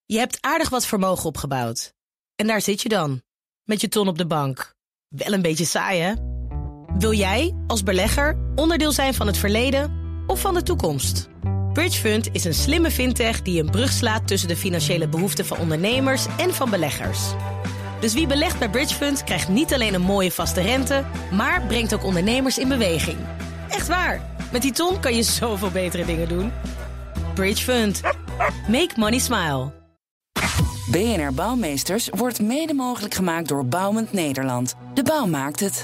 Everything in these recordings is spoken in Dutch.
Je hebt aardig wat vermogen opgebouwd. En daar zit je dan, met je ton op de bank. Wel een beetje saai, hè? Wil jij, als belegger, onderdeel zijn van het verleden of van de toekomst? Bridgefund is een slimme fintech die een brug slaat tussen de financiële behoeften van ondernemers en van beleggers. Dus wie belegt bij Bridgefund krijgt niet alleen een mooie vaste rente, maar brengt ook ondernemers in beweging. Echt waar, met die ton kan je zoveel betere dingen doen. Bridgefund. Make money smile. BNR Bouwmeesters wordt mede mogelijk gemaakt door Bouwend Nederland. De bouw maakt het.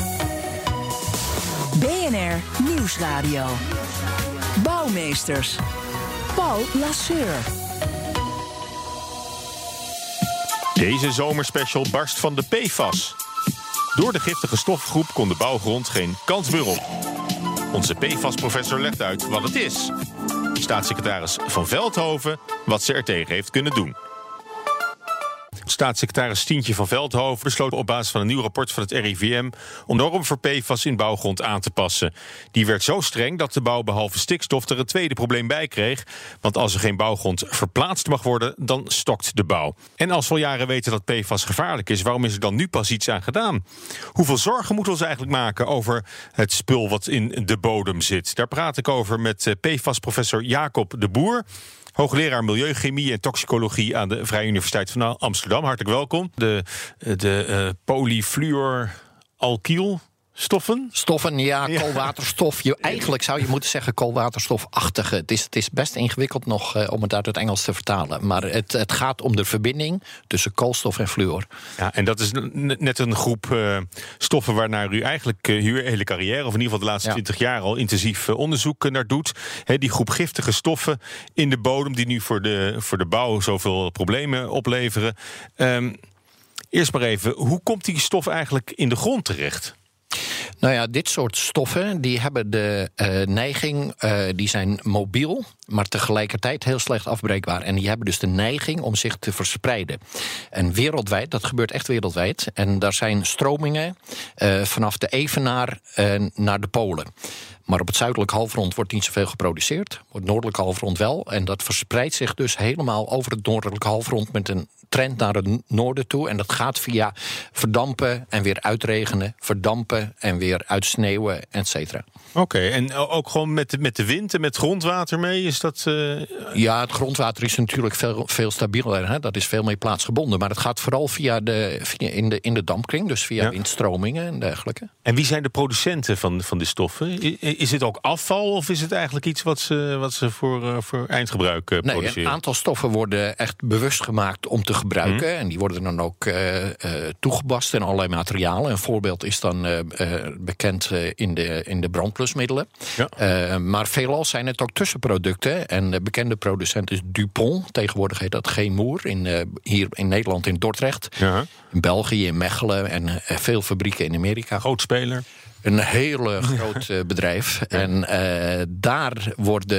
BNR Nieuwsradio. Bouwmeesters. Paul Lasseur. Deze zomerspecial barst van de PFAS. Door de giftige stofgroep kon de bouwgrond geen kans meer op. Onze PFAS-professor legt uit wat het is. Staatssecretaris Van Veldhoven wat ze er tegen heeft kunnen doen. Staatssecretaris Stientje van Veldhoven besloot op basis van een nieuw rapport van het RIVM om de norm voor PFAS in bouwgrond aan te passen. Die werd zo streng dat de bouw behalve stikstof er een tweede probleem bij kreeg. Want als er geen bouwgrond verplaatst mag worden, dan stokt de bouw. En als we al jaren weten dat PFAS gevaarlijk is, waarom is er dan nu pas iets aan gedaan? Hoeveel zorgen moeten we ons eigenlijk maken over het spul wat in de bodem zit? Daar praat ik over met PFAS-professor Jacob de Boer, hoogleraar Milieuchemie en Toxicologie aan de Vrije Universiteit van Amsterdam. Hartelijk welkom. De polyfluoralkyl stoffen, ja, koolwaterstof. Eigenlijk zou je moeten zeggen koolwaterstofachtige. Het is best ingewikkeld nog om het uit het Engels te vertalen. Maar het gaat om de verbinding tussen koolstof en fluor. Ja, en dat is net een groep stoffen waarnaar u eigenlijk uw hele carrière, of in ieder geval de laatste 20 jaar al intensief onderzoek naar doet. Die groep giftige stoffen in de bodem die nu voor de bouw zoveel problemen opleveren. Eerst maar even, hoe komt die stof eigenlijk in de grond terecht? Nou ja, dit soort stoffen die hebben de neiging, die zijn mobiel, maar tegelijkertijd heel slecht afbreekbaar. En die hebben dus de neiging om zich te verspreiden. En wereldwijd, dat gebeurt echt wereldwijd. En daar zijn stromingen vanaf de Evenaar naar de Polen. Maar op het zuidelijk halfrond wordt niet zoveel geproduceerd. Op het noordelijk halfrond wel. En dat verspreidt zich dus helemaal over het noordelijk halfrond met een trend naar het noorden toe. En dat gaat via verdampen en weer uitregenen, verdampen en weer uitsneeuwen, et cetera. Oké, en ook gewoon met de wind en met grondwater mee? Is dat? Ja, het grondwater is natuurlijk veel stabieler. Hè? Dat is veel meer plaatsgebonden. Maar het gaat vooral in de dampkring, dus via windstromingen en dergelijke. En wie zijn de producenten van de stoffen? Is het ook afval of is het eigenlijk iets wat ze voor eindgebruik produceren? Nee, een aantal stoffen worden echt bewust gemaakt om te gebruiken. En die worden dan ook toegepast in allerlei materialen. Een voorbeeld is dan bekend in de brandblusmiddelen. Ja. Maar veelal zijn het ook tussenproducten. En de bekende producent is DuPont. Tegenwoordig heet dat Chemours. Hier in Nederland in Dordrecht. Ja. In België, in Mechelen en veel fabrieken in Amerika. Groot speler. Een hele groot bedrijf. Ja. En daar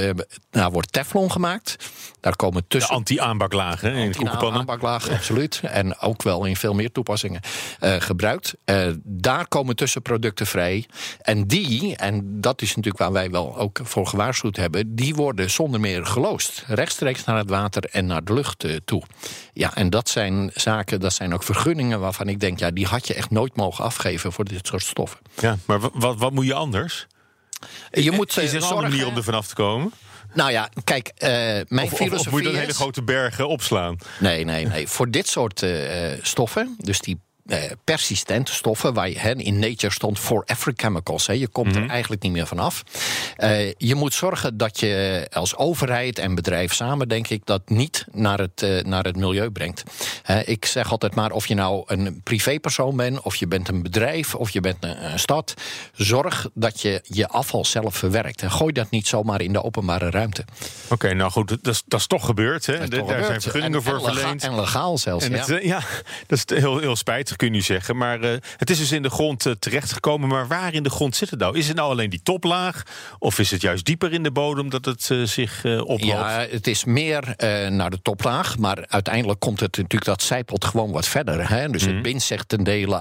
wordt Teflon gemaakt. Daar komen tussen. De anti-aanbaklagen in koekenpannen. Anti-aanbaklagen, absoluut. En ook wel in veel meer toepassingen gebruikt. Daar komen tussenproducten vrij. En dat is natuurlijk waar wij wel ook voor gewaarschuwd hebben, die worden zonder meer geloosd. Rechtstreeks naar het water en naar de lucht toe. Ja, en dat zijn zaken, dat zijn ook vergunningen waarvan ik denk, die had je echt nooit mogen afgeven voor dit soort stoffen. Ja, maar wat moet je anders? Je moet is er een andere manier om er vanaf te komen? Nou ja, kijk, mijn filosofie of moet je dan hele grote bergen opslaan? Nee. Voor dit soort stoffen, dus die persistente stoffen, waar je in Nature stond forever chemicals. Je komt er eigenlijk niet meer vanaf. Je moet zorgen dat je als overheid en bedrijf samen, denk ik, dat niet naar het milieu brengt. Ik zeg altijd maar, of je nou een privépersoon bent, of je bent een bedrijf, of je bent een stad, zorg dat je je afval zelf verwerkt. En gooi dat niet zomaar in de openbare ruimte. Oké, nou goed, dat is toch gebeurd. Hè? Daar zijn vergunningen voor verleend. En legaal zelfs. En dat is heel, heel spijtig. kun je nu zeggen. Maar het is dus in de grond terechtgekomen. Maar waar in de grond zit het nou? Is het nou alleen die toplaag? Of is het juist dieper in de bodem dat het zich oploopt? Ja, het is meer naar de toplaag. Maar uiteindelijk komt het natuurlijk, dat zijpelt gewoon wat verder. Hè? Dus het bindt zich ten dele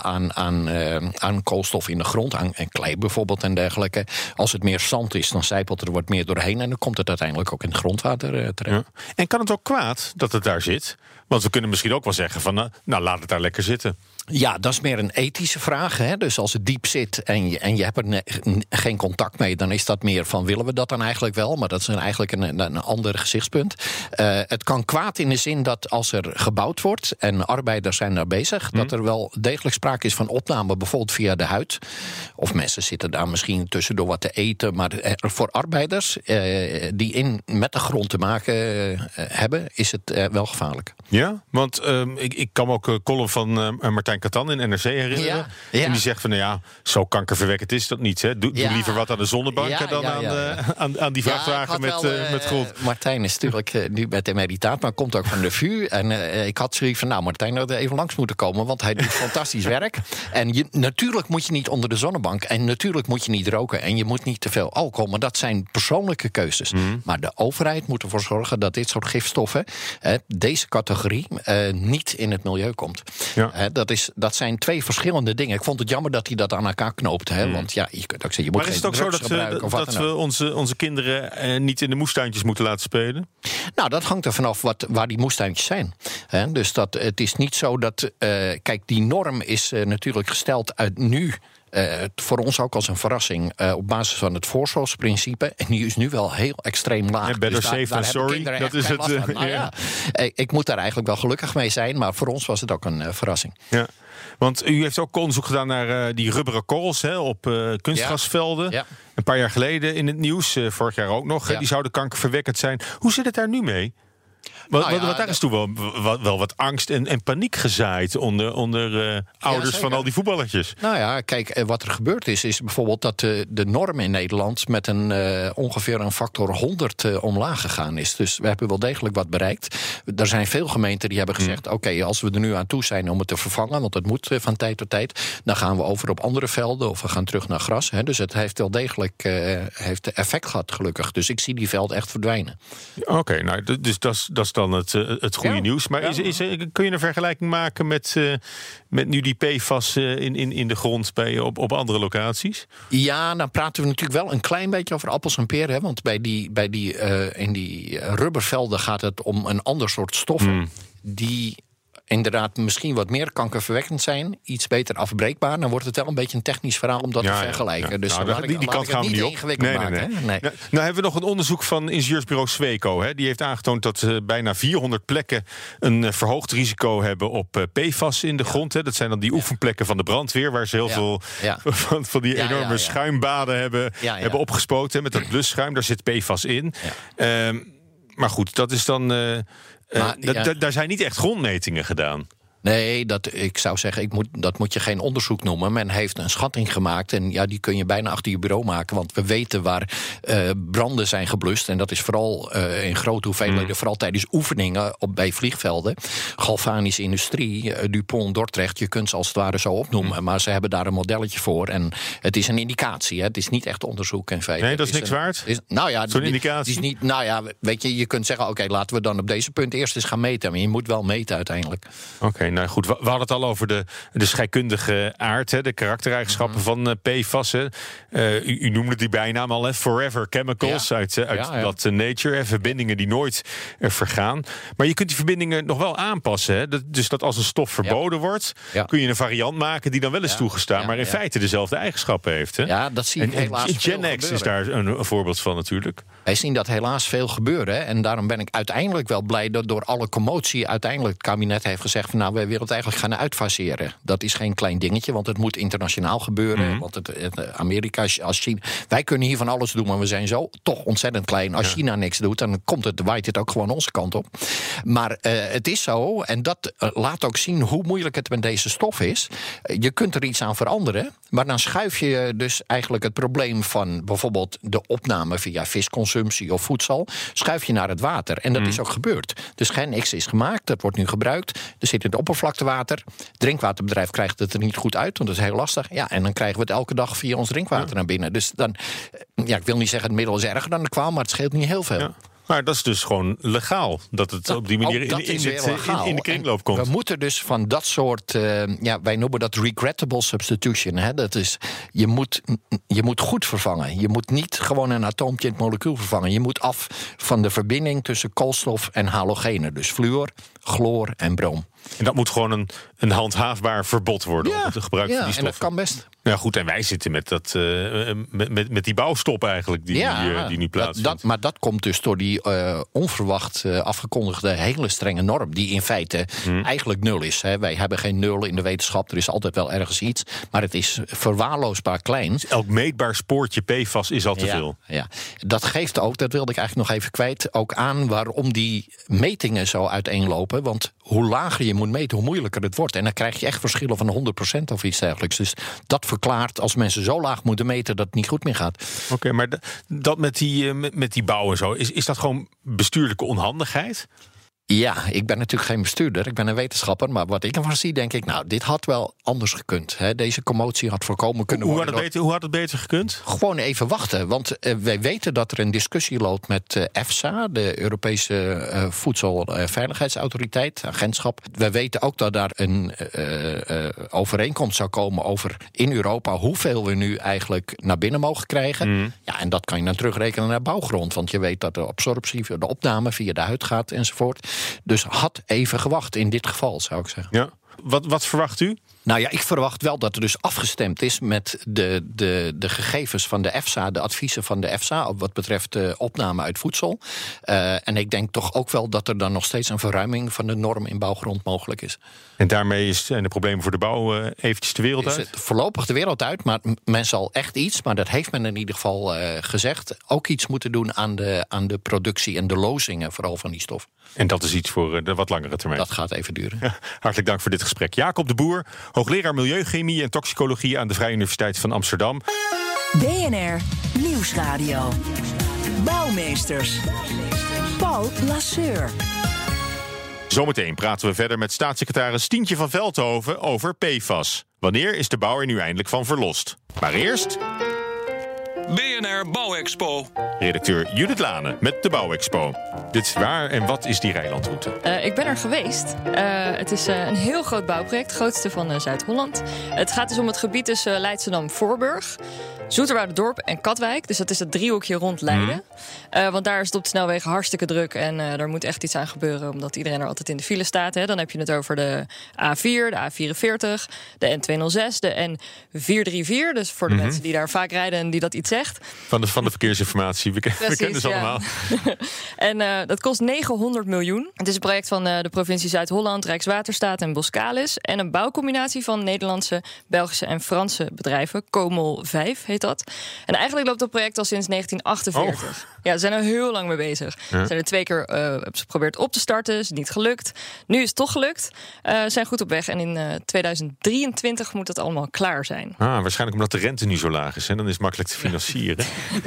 aan koolstof in de grond. Aan klei bijvoorbeeld en dergelijke. Als het meer zand is, dan zijpelt er wat meer doorheen. En dan komt het uiteindelijk ook in het grondwater terecht. Ja. En kan het ook kwaad dat het daar zit? Want we kunnen misschien ook wel zeggen van, nou, laat het daar lekker zitten. Ja, dat is meer een ethische vraag. Hè? Dus als het diep zit en je hebt er geen contact mee, dan is dat meer van, willen we dat dan eigenlijk wel? Maar dat is eigenlijk een ander gezichtspunt. Het kan kwaad in de zin dat als er gebouwd wordt en arbeiders zijn daar bezig, dat er wel degelijk sprake is van opname, bijvoorbeeld via de huid. Of mensen zitten daar misschien tussendoor wat te eten. Maar voor arbeiders die met de grond te maken hebben, is het wel gevaarlijk. Ja, want ik kan me ook een column van Martijn Katan in NRC herinneren. Ja. En die zegt van, zo kankerverwekkend is dat niet. Hè? Doe liever wat aan de zonnebanken dan aan die vrachtwagen met grond. Martijn is natuurlijk nu met emeritaat, maar komt ook van de VU. En ik had zoiets van, Martijn had er even langs moeten komen, want hij doet fantastisch werk. En natuurlijk moet je niet onder de zonnebank. En natuurlijk moet je niet roken. En je moet niet te veel alcohol. Maar dat zijn persoonlijke keuzes. Maar de overheid moet ervoor zorgen dat dit soort gifstoffen, deze categorie, niet in het milieu komt. Ja. Dat zijn twee verschillende dingen. Ik vond het jammer dat hij dat aan elkaar knoopt. Hè? Want je kunt ook zeggen, je moet maar is het ook zo dat we onze kinderen niet in de moestuintjes moeten laten spelen? Nou, dat hangt er vanaf waar die moestuintjes zijn. Dus het is niet zo dat... kijk, die norm is natuurlijk gesteld uit nu. Voor ons ook als een verrassing op basis van het voorzorgsprincipe. En die is nu wel heel extreem laag. Ja, better safe than sorry. Dat is het. Ik moet daar eigenlijk wel gelukkig mee zijn, maar voor ons was het ook een verrassing. Ja. Want u heeft ook onderzoek gedaan naar die rubberen korrels op kunstgrasvelden. Ja. Een paar jaar geleden in het nieuws, vorig jaar ook nog. Die zouden kankerverwekkend zijn. Hoe zit het daar nu mee? Want daar is toen wel wat angst en paniek gezaaid onder ouders van al die voetballertjes. Nou ja, kijk, wat er gebeurd is bijvoorbeeld dat de norm in Nederland met ongeveer een factor 100 omlaag gegaan is. Dus we hebben wel degelijk wat bereikt. Er zijn veel gemeenten die hebben gezegd, oké, als we er nu aan toe zijn om het te vervangen, want het moet van tijd tot tijd, dan gaan we over op andere velden of we gaan terug naar gras. Hè. Dus het heeft wel degelijk effect gehad, gelukkig. Dus ik zie die velden echt verdwijnen. Oké, nou, dus dat is dan het goede nieuws. Maar kun je een vergelijking maken met nu die PFAS in de grond op andere locaties? Ja, dan praten we natuurlijk wel een klein beetje over appels en peren. Hè, want in die rubbervelden gaat het om een ander soort stoffen die inderdaad misschien wat meer kankerverwekkend zijn, iets beter afbreekbaar, dan wordt het wel een beetje een technisch verhaal om dat te vergelijken. Ja. Dus die kant gaan we niet op. Ingewikkeld maken. Nee. Nou hebben we nog een onderzoek van ingenieursbureau Sweco. Hè? Die heeft aangetoond dat bijna 400 plekken een verhoogd risico hebben op PFAS in de grond. Hè? Dat zijn dan die oefenplekken van de brandweer, waar ze heel veel van die enorme schuimbaden hebben opgespoten. Hè? Met dat blusschuim, daar zit PFAS in. Ja. Maar goed, dat is dan... daar zijn niet echt grondmetingen gedaan. Nee, ik zou zeggen, dat moet je geen onderzoek noemen. Men heeft een schatting gemaakt en die kun je bijna achter je bureau maken. Want we weten waar branden zijn geblust. En dat is vooral in grote hoeveelheden, vooral tijdens oefeningen bij vliegvelden. Galvanische industrie, Dupont, Dordrecht, je kunt ze als het ware zo opnoemen. Maar ze hebben daar een modelletje voor. En het is een indicatie, hè. Het is niet echt onderzoek in feite. Nee, dat is niks waard? Zo'n indicatie? Is niet, weet je kunt zeggen, oké, laten we dan op deze punt eerst eens gaan meten. Maar je moet wel meten uiteindelijk. Oké. Nou goed, we hadden het al over de scheikundige aard, hè, de karaktereigenschappen van PFAS. U noemde die bijnaam al, Forever Chemicals uit dat Nature. Verbindingen die nooit vergaan. Maar je kunt die verbindingen nog wel aanpassen. Hè? Dus dat als een stof verboden wordt, kun je een variant maken die dan wel is toegestaan, maar in feite dezelfde eigenschappen heeft. Hè? Ja, dat zie je helaas Gen-X is daar een voorbeeld van natuurlijk. Wij zien dat helaas veel gebeuren. Hè? En daarom ben ik uiteindelijk wel blij dat door alle commotie uiteindelijk het kabinet heeft gezegd van wij willen het eigenlijk gaan uitfaseren. Dat is geen klein dingetje, want het moet internationaal gebeuren. Want Amerika, als China... Wij kunnen hier van alles doen, maar we zijn zo toch ontzettend klein. Als China niks doet, dan waait het ook gewoon onze kant op. Maar het is zo, en dat laat ook zien hoe moeilijk het met deze stof is. Je kunt er iets aan veranderen, maar dan schuif je dus eigenlijk het probleem van bijvoorbeeld de opname via visconsumptie of voedsel, schuif je naar het water. En dat is ook gebeurd. Dus Gen-X is gemaakt, dat wordt nu gebruikt. Er zit in het oppervlaktewater. Het drinkwaterbedrijf krijgt het er niet goed uit, want dat is heel lastig. Ja, en dan krijgen we het elke dag via ons drinkwater naar binnen. Dus dan, ik wil niet zeggen het middel is erger dan de kwaal, maar het scheelt niet heel veel. Ja. Maar dat is dus gewoon legaal, dat het op die manier in de kringloop komt. We moeten dus van dat soort, wij noemen dat regrettable substitution. Hè? Dat is, je moet goed vervangen. Je moet niet gewoon een atoompje in het molecuul vervangen. Je moet af van de verbinding tussen koolstof en halogenen. Dus fluor, chloor en brom. En dat moet gewoon een handhaafbaar verbod worden op het gebruik van die stoffen. En dat kan best. Ja, goed, en wij zitten met die bouwstop eigenlijk die nu plaatsvindt. Maar dat komt dus door die onverwacht afgekondigde hele strenge norm, die in feite eigenlijk nul is. Hè. Wij hebben geen nul in de wetenschap, er is altijd wel ergens iets, maar het is verwaarloosbaar klein. Dus elk meetbaar spoortje PFAS is al te veel. Ja, dat geeft ook, dat wilde ik eigenlijk nog even kwijt, ook aan waarom die metingen zo uiteenlopen. Want hoe lager je moet meten, hoe moeilijker het wordt. En dan krijg je echt verschillen van 100% of iets dergelijks. Dus dat verklaart, als mensen zo laag moeten meten, dat het niet goed meer gaat. Oké, maar dat met die bouw en zo, is dat gewoon bestuurlijke onhandigheid? Ja, ik ben natuurlijk geen bestuurder, ik ben een wetenschapper. Maar wat ik ervan zie, denk ik, dit had wel anders gekund. Hè. Deze commotie had voorkomen kunnen worden. Hoe had het beter gekund? Gewoon even wachten, want wij weten dat er een discussie loopt met EFSA, de Europese Voedselveiligheidsautoriteit, agentschap. We weten ook dat daar een overeenkomst zou komen over in Europa hoeveel we nu eigenlijk naar binnen mogen krijgen. Ja, en dat kan je dan terugrekenen naar bouwgrond, want je weet dat de absorptie, de opname via de huid gaat enzovoort. Dus had even gewacht in dit geval, zou ik zeggen. Ja. Wat verwacht u? Nou ja, ik verwacht wel dat er dus afgestemd is met de gegevens van de EFSA, de adviezen van de EFSA wat betreft de opname uit voedsel. En ik denk toch ook wel dat er dan nog steeds een verruiming van de norm in bouwgrond mogelijk is. En daarmee zijn de problemen voor de bouw eventjes de wereld uit? Voorlopig de wereld uit, maar men zal echt iets, maar dat heeft men in ieder geval gezegd, ook iets moeten doen aan de productie en de lozingen vooral van die stof. En dat is iets voor de wat langere termijn. Dat gaat even duren. Ja, hartelijk dank voor dit gesprek. Jacob de Boer, hoogleraar Milieuchemie en Toxicologie aan de Vrije Universiteit van Amsterdam. BNR Nieuwsradio. Bouwmeesters. Paul Lasseur. Zometeen praten we verder met staatssecretaris Tientje van Veldhoven over PFAS. Wanneer is de bouw er nu eindelijk van verlost? Maar eerst BNR Bouwexpo. Redacteur Judith Lane met de Bouwexpo. Dit is waar en wat is die Rijlandroute? Ik ben er geweest. Het is een heel groot bouwproject, het grootste van Zuid-Holland. Het gaat dus om het gebied tussen Leidschendam-Voorburg, Zoeterwouderdorp en Katwijk. Dus dat is het driehoekje rond Leiden. Want daar is het op de snelwegen hartstikke druk. En daar moet echt iets aan gebeuren, omdat iedereen er altijd in de file staat. Hè. Dan heb je het over de A4, de A44, de N206, de N434. Dus voor de mensen die daar vaak rijden en die dat iets zegt. Van de verkeersinformatie, we kennen ze allemaal. En dat kost 900 miljoen. Het is een project van de provincie Zuid-Holland, Rijkswaterstaat en Boskalis. En een bouwcombinatie van Nederlandse, Belgische en Franse bedrijven. Comol 5 heet dat. En eigenlijk loopt dat project al sinds 1948. Ja, ze zijn er heel lang mee bezig. Ze zijn er 2 keer geprobeerd op te starten, is niet gelukt. Nu is het toch gelukt. Zijn goed op weg en in 2023 moet dat allemaal klaar zijn. Waarschijnlijk omdat de rente nu zo laag is. Hè? Dan is het makkelijk te financieren.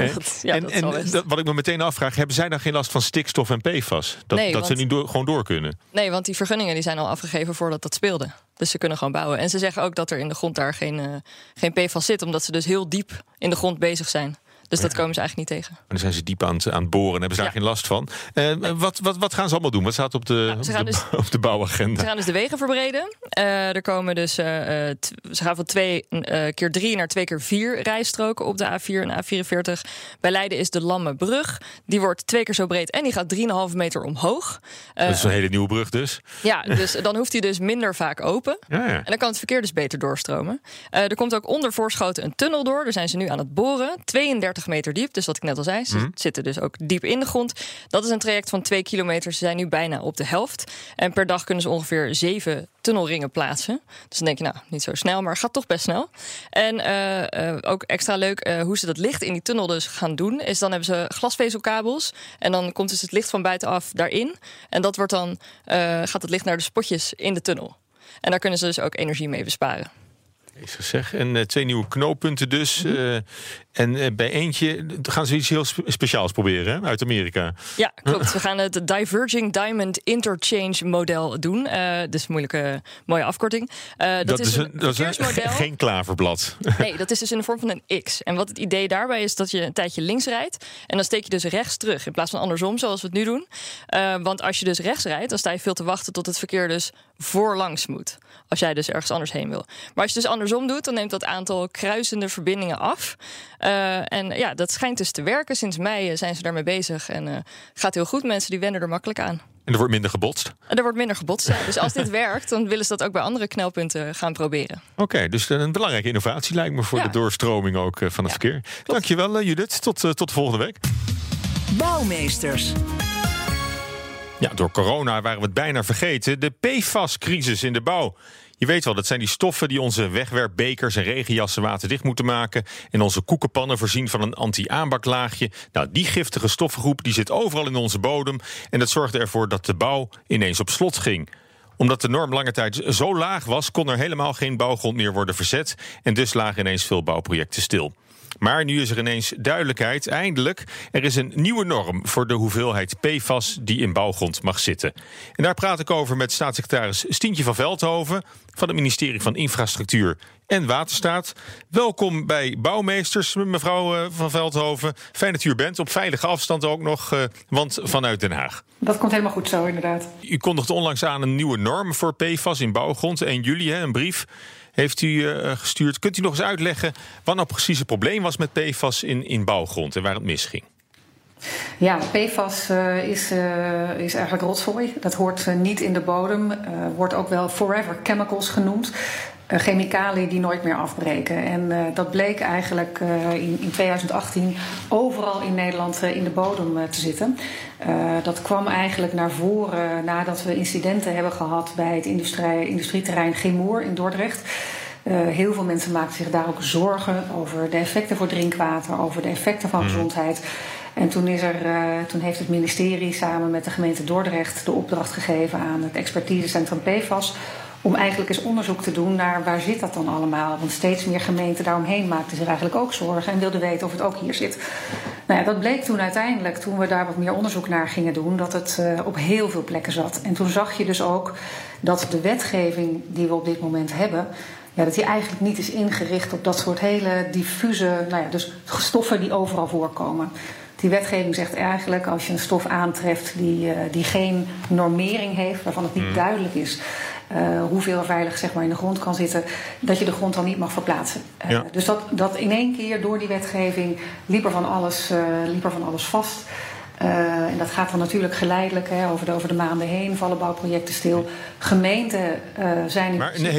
Wat ik me meteen afvraag, hebben zij dan geen last van stikstof en PFAS? Dat ze niet gewoon door kunnen? Nee, want die vergunningen die zijn al afgegeven voordat dat speelde. Dus ze kunnen gewoon bouwen. En ze zeggen ook dat er in de grond daar geen PFAS zit, omdat ze dus heel diep in de grond bezig zijn. Dus dat komen ze eigenlijk niet tegen. En dan zijn ze diep aan het boren en hebben ze daar geen last van. Wat gaan ze allemaal doen? Wat staat op de bouwagenda? Ze gaan dus de wegen verbreden. Er komen dus, ze gaan van 2 keer 3 naar 2 keer 4 rijstroken op de A4 en A44. Bij Leiden is de Lammenbrug. Die wordt 2 keer zo breed en die gaat 3,5 meter omhoog. Dat is een hele nieuwe brug dus. Ja, dus dan hoeft hij dus minder vaak open. Ja. En dan kan het verkeer dus beter doorstromen. Er komt ook onder Voorschoten een tunnel door. Daar zijn ze nu aan het boren. 32 meter diep, dus wat ik net al zei. Ze zitten dus ook diep in de grond. Dat is een traject van 2 kilometer. Ze zijn nu bijna op de helft. En per dag kunnen ze ongeveer 7 tunnelringen plaatsen. Dus dan denk je, niet zo snel, maar het gaat toch best snel. En ook extra leuk, hoe ze dat licht in die tunnel dus gaan doen, is dan hebben ze glasvezelkabels. En dan komt dus het licht van buitenaf daarin. En dat wordt dan, gaat het licht naar de spotjes in de tunnel. En daar kunnen ze dus ook energie mee besparen. En 2 nieuwe knooppunten dus. En bij eentje gaan ze iets heel speciaals proberen, hè? Uit Amerika. Ja, klopt. We gaan het Diverging Diamond Interchange model doen. Dus moeilijke, mooie afkorting. Dat is een verkeersmodel. Geen klaverblad. Nee, dat is dus in de vorm van een X. En wat het idee daarbij is dat je een tijdje links rijdt. En dan steek je dus rechts terug. In plaats van andersom, zoals we het nu doen. Want als je dus rechts rijdt, dan sta je veel te wachten tot het verkeer dus voorlangs moet. Als jij dus ergens anders heen wil. Maar als je dus andersom doet, dan neemt dat aantal kruisende verbindingen af. En ja, dat schijnt dus te werken. Sinds mei zijn ze daarmee bezig. En gaat heel goed. Mensen die wennen er makkelijk aan. En er wordt minder gebotst? En er wordt minder gebotst, ja. Dus als dit werkt, dan willen ze dat ook bij andere knelpunten gaan proberen. Oké, dus een belangrijke innovatie lijkt me voor de doorstroming ook van het verkeer. Klopt. Dankjewel, Judith. Tot de volgende week. Bouwmeesters. Ja, door corona waren we het bijna vergeten. De PFAS-crisis in de bouw. Je weet wel, dat zijn die stoffen die onze wegwerpbekers en regenjassen waterdicht moeten maken. En onze koekenpannen voorzien van een anti-aanbaklaagje. Nou, die giftige stoffengroep die zit overal in onze bodem. En dat zorgde ervoor dat de bouw ineens op slot ging. Omdat de norm lange tijd zo laag was, kon er helemaal geen bouwgrond meer worden verzet. En dus lagen ineens veel bouwprojecten stil. Maar nu is er ineens duidelijkheid, eindelijk. Er is een nieuwe norm voor de hoeveelheid PFAS die in bouwgrond mag zitten. En daar praat ik over met staatssecretaris Stientje van Veldhoven van het ministerie van Infrastructuur en Waterstaat. Welkom bij Bouwmeesters, mevrouw van Veldhoven. Fijn dat u er bent, op veilige afstand ook nog, want vanuit Den Haag. Dat komt helemaal goed zo, inderdaad. U kondigde onlangs aan een nieuwe norm voor PFAS in bouwgrond. 1 juli, een brief heeft u gestuurd. Kunt u nog eens uitleggen wat nou precies het probleem was met PFAS in bouwgrond en waar het misging? Ja, PFAS is eigenlijk rotzooi. Dat hoort niet in de bodem. Wordt ook wel forever chemicals genoemd. Chemicaliën die nooit meer afbreken. En dat bleek eigenlijk in 2018 overal in Nederland in de bodem te zitten. Dat kwam eigenlijk naar voren nadat we incidenten hebben gehad bij het industrieterrein Gemoer in Dordrecht. Heel veel mensen maakten zich daar ook zorgen over de effecten voor drinkwater, over de effecten van gezondheid. En toen heeft het ministerie samen met de gemeente Dordrecht de opdracht gegeven aan het expertisecentrum PFAS om eigenlijk eens onderzoek te doen naar waar zit dat dan allemaal. Want steeds meer gemeenten daaromheen maakten zich eigenlijk ook zorgen en wilden weten of het ook hier zit. Nou ja, dat bleek toen uiteindelijk, toen we daar wat meer onderzoek naar gingen doen, dat het op heel veel plekken zat. En toen zag je dus ook dat de wetgeving die we op dit moment hebben, ja, dat die eigenlijk niet is ingericht op dat soort hele diffuse, dus stoffen die overal voorkomen. Die wetgeving zegt eigenlijk, als je een stof aantreft die geen normering heeft, waarvan het niet duidelijk is hoeveel er veilig in de grond kan zitten, dat je de grond dan niet mag verplaatsen. Dus dat in één keer door die wetgeving liep er van alles vast. En dat gaat dan natuurlijk geleidelijk over de maanden heen, vallen bouwprojecten stil. Gemeenten zijn... Maar een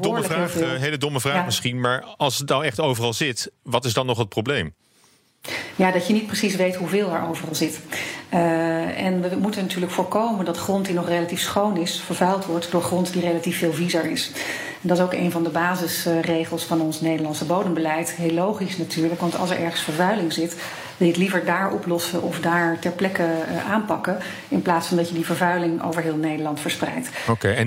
hele domme vraag misschien, maar als het nou echt overal zit, wat is dan nog het probleem? Ja, dat je niet precies weet hoeveel er overal zit. En we moeten natuurlijk voorkomen dat grond die nog relatief schoon is vervuild wordt door grond die relatief veel viezer is. En dat is ook een van de basisregels van ons Nederlandse bodembeleid. Heel logisch natuurlijk, want als er ergens vervuiling zit, wil je het liever daar oplossen of daar ter plekke aanpakken, in plaats van dat je die vervuiling over heel Nederland verspreidt. Oké, en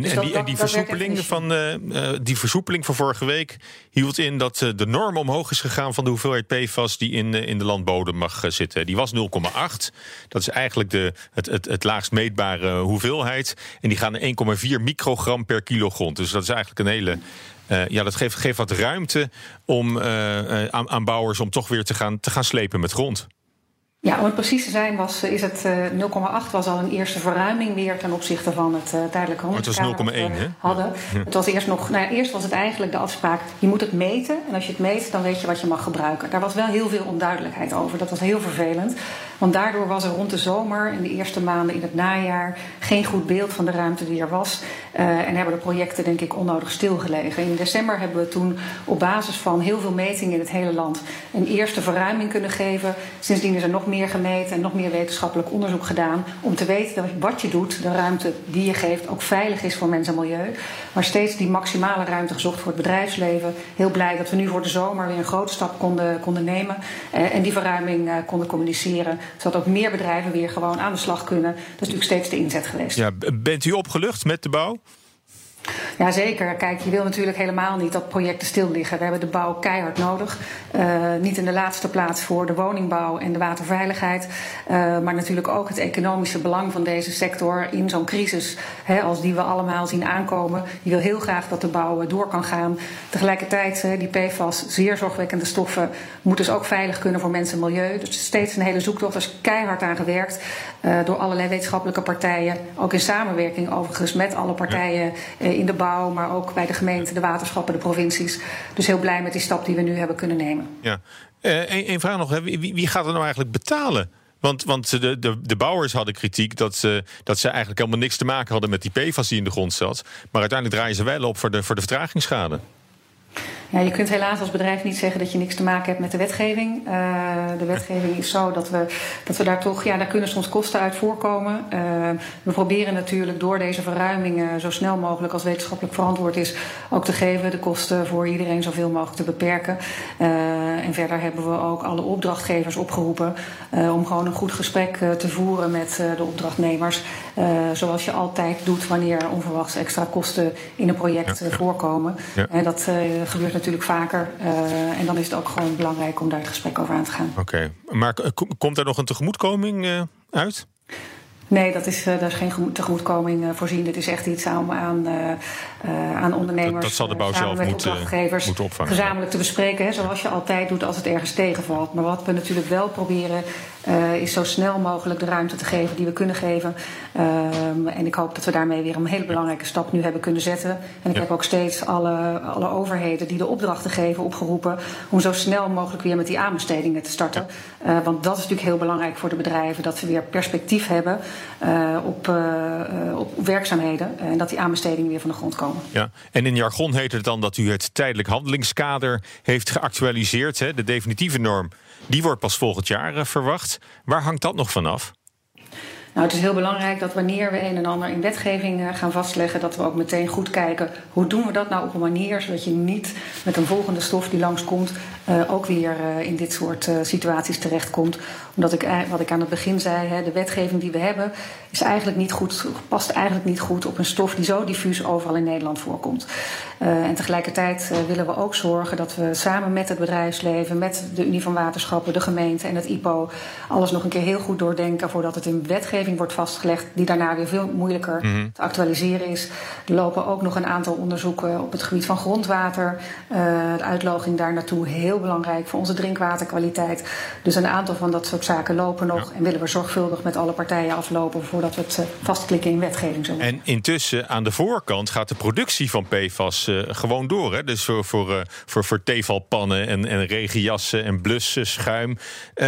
die versoepeling van vorige week hield in dat de norm omhoog is gegaan van de hoeveelheid PFAS die in de landbodem mag zitten. Die was 0,8. Dat is eigenlijk het laagst meetbare hoeveelheid. En die gaan naar 1,4 microgram per kilo grond. Dus dat is eigenlijk een hele... dat geeft wat ruimte om aan bouwers om toch weer te gaan slepen met grond. Ja, om het precies te zijn is het 0,8 was al een eerste verruiming weer ten opzichte van het tijdelijke handelskader. Het was 0,1, hè? Hadden. Ja. Het was eerst nog, eerst was het eigenlijk de afspraak, je moet het meten. En als je het meet, dan weet je wat je mag gebruiken. Daar was wel heel veel onduidelijkheid over. Dat was heel vervelend. Want daardoor was er rond de zomer en de eerste maanden in het najaar geen goed beeld van de ruimte die er was. En hebben de projecten denk ik onnodig stilgelegen. In december hebben we toen op basis van heel veel metingen in het hele land een eerste verruiming kunnen geven. Sindsdien is er nog meer gemeten en nog meer wetenschappelijk onderzoek gedaan om te weten dat wat je doet, de ruimte die je geeft, ook veilig is voor mens en milieu. Maar steeds die maximale ruimte gezocht voor het bedrijfsleven. Heel blij dat we nu voor de zomer weer een grote stap konden nemen en die verruiming konden communiceren, zodat ook meer bedrijven weer gewoon aan de slag kunnen. Dat is natuurlijk steeds de inzet geweest. Ja, bent u opgelucht met de bouw? Ja, zeker. Kijk, je wil natuurlijk helemaal niet dat projecten stil liggen. We hebben de bouw keihard nodig. Niet in de laatste plaats voor de woningbouw en de waterveiligheid. Maar natuurlijk ook het economische belang van deze sector in zo'n crisis. Als die we allemaal zien aankomen. Je wil heel graag dat de bouw door kan gaan. Tegelijkertijd, die PFAS, zeer zorgwekkende stoffen, moeten dus ook veilig kunnen voor mensen en milieu. Dus steeds een hele zoektocht. Er is keihard aan gewerkt door allerlei wetenschappelijke partijen. Ook in samenwerking overigens met alle partijen in de bouw, maar ook bij de gemeente, de waterschappen, de provincies. Dus heel blij met die stap die we nu hebben kunnen nemen. Ja. Eén vraag nog. Wie gaat er nou eigenlijk betalen? Want de bouwers hadden kritiek dat ze eigenlijk helemaal niks te maken hadden met die PFAS die in de grond zat. Maar uiteindelijk draaien ze wel op voor de vertragingsschade. Ja, je kunt helaas als bedrijf niet zeggen dat je niks te maken hebt met de wetgeving. De wetgeving is zo dat we daar toch, daar kunnen soms kosten uit voorkomen. We proberen natuurlijk door deze verruimingen zo snel mogelijk als wetenschappelijk verantwoord is ook te geven, de kosten voor iedereen zoveel mogelijk te beperken. En verder hebben we ook alle opdrachtgevers opgeroepen om gewoon een goed gesprek te voeren met de opdrachtnemers. Zoals je altijd doet wanneer onverwachts extra kosten in een project voorkomen. Ja. Dat gebeurt natuurlijk vaker. En dan is het ook gewoon belangrijk om daar het gesprek over aan te gaan. Oké. Maar komt daar nog een tegemoetkoming uit? Nee, daar is geen tegemoetkoming voorzien. Dit is echt iets aan ondernemers, dat zal de bouw zelf met opdrachtgevers moeten opvangen. Gezamenlijk te bespreken, zoals je altijd doet als het ergens tegenvalt. Maar wat we natuurlijk wel proberen is zo snel mogelijk de ruimte te geven die we kunnen geven. En ik hoop dat we daarmee weer een hele belangrijke stap nu hebben kunnen zetten. En ik heb ook steeds alle overheden die de opdrachten geven opgeroepen om zo snel mogelijk weer met die aanbestedingen te starten. Ja. Want dat is natuurlijk heel belangrijk voor de bedrijven, dat ze weer perspectief hebben op werkzaamheden en dat die aanbestedingen weer van de grond komen. Ja. En in jargon heet het dan dat u het tijdelijk handelingskader heeft geactualiseerd. Hè? De definitieve norm, die wordt pas volgend jaar verwacht. Waar hangt dat nog vanaf? Nou, het is heel belangrijk dat wanneer we een en ander in wetgeving gaan vastleggen, dat we ook meteen goed kijken hoe doen we dat nou op een manier zodat je niet met een volgende stof die langskomt ook weer in dit soort situaties terechtkomt. Omdat wat ik aan het begin zei, de wetgeving die we hebben is eigenlijk niet goed, past eigenlijk niet goed op een stof die zo diffuus overal in Nederland voorkomt. En tegelijkertijd willen we ook zorgen dat we samen met het bedrijfsleven, met de Unie van Waterschappen, de gemeente en het IPO alles nog een keer heel goed doordenken voordat het in wetgeving wordt vastgelegd, die daarna weer veel moeilijker te actualiseren is. Er lopen ook nog een aantal onderzoeken op het gebied van grondwater. De uitloging daar naartoe, heel belangrijk voor onze drinkwaterkwaliteit. Dus een aantal van dat soort zaken lopen nog en willen we zorgvuldig met alle partijen aflopen voordat we het vastklikken in wetgeving. Zo. En intussen aan de voorkant gaat de productie van PFAS gewoon door. Hè? Dus voor theevalpannen en regenjassen en blussen, schuim.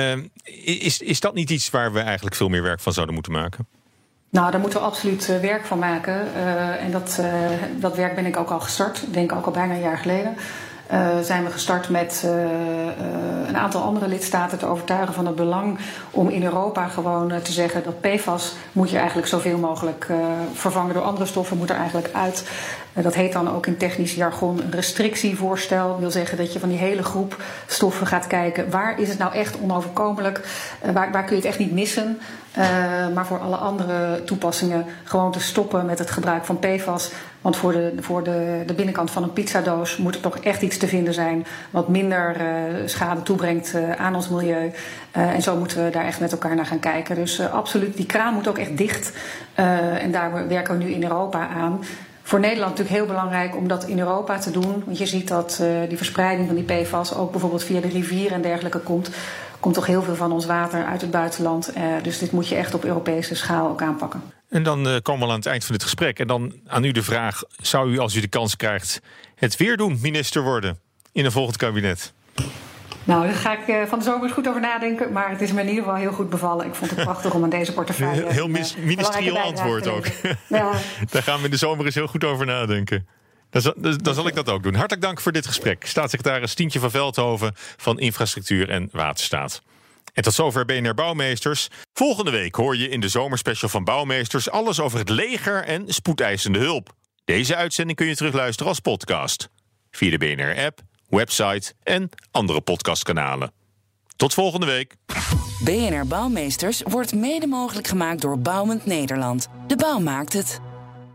Is dat niet iets waar we eigenlijk veel meer werk van zouden moeten maken? Nou, daar moeten we absoluut werk van maken. En dat werk ben ik ook al gestart. Ik denk ook al bijna een jaar geleden. Zijn we gestart met een aantal andere lidstaten te overtuigen van het belang om in Europa gewoon te zeggen dat PFAS moet je eigenlijk zoveel mogelijk vervangen door andere stoffen, moet er eigenlijk uit. Dat heet dan ook in technisch jargon een restrictievoorstel. Dat wil zeggen dat je van die hele groep stoffen gaat kijken, waar is het nou echt onoverkomelijk, waar kun je het echt niet missen. Maar voor alle andere toepassingen gewoon te stoppen met het gebruik van PFAS. Want voor de binnenkant van een pizzadoos moet er toch echt iets te vinden zijn wat minder schade toebrengt aan ons milieu. En zo moeten we daar echt met elkaar naar gaan kijken. Dus absoluut, die kraan moet ook echt dicht. En daar werken we nu in Europa aan. Voor Nederland natuurlijk heel belangrijk om dat in Europa te doen. Want je ziet dat die verspreiding van die PFAS ook bijvoorbeeld via de rivieren en dergelijke komt toch heel veel van ons water uit het buitenland. Dus dit moet je echt op Europese schaal ook aanpakken. En dan komen we aan het eind van dit gesprek. En dan aan u de vraag, zou u als u de kans krijgt het weer doen, minister worden in een volgend kabinet? Nou, daar ga ik van de zomer eens goed over nadenken. Maar het is me in ieder geval heel goed bevallen. Ik vond het prachtig om aan deze portefeuille heel ministerieel antwoord ook. Ja. Daar gaan we in de zomer eens heel goed over nadenken. Dan zal ik dat ook doen. Hartelijk dank voor dit gesprek. Staatssecretaris Tientje van Veldhoven van Infrastructuur en Waterstaat. En tot zover BNR Bouwmeesters. Volgende week hoor je in de zomerspecial van Bouwmeesters alles over het leger en spoedeisende hulp. Deze uitzending kun je terugluisteren als podcast. Via de BNR-app, website en andere podcastkanalen. Tot volgende week. BNR Bouwmeesters wordt mede mogelijk gemaakt door Bouwend Nederland. De bouw maakt het.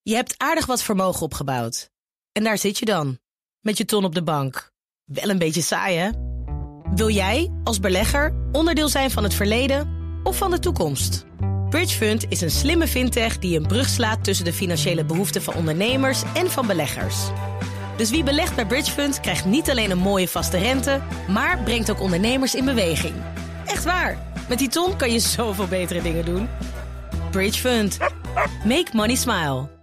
Je hebt aardig wat vermogen opgebouwd. En daar zit je dan, met je ton op de bank. Wel een beetje saai, hè? Wil jij, als belegger, onderdeel zijn van het verleden of van de toekomst? Bridgefund is een slimme fintech die een brug slaat tussen de financiële behoeften van ondernemers en van beleggers. Dus wie belegt bij Bridgefund krijgt niet alleen een mooie vaste rente, maar brengt ook ondernemers in beweging. Echt waar, met die ton kan je zoveel betere dingen doen. Bridgefund. Make money smile.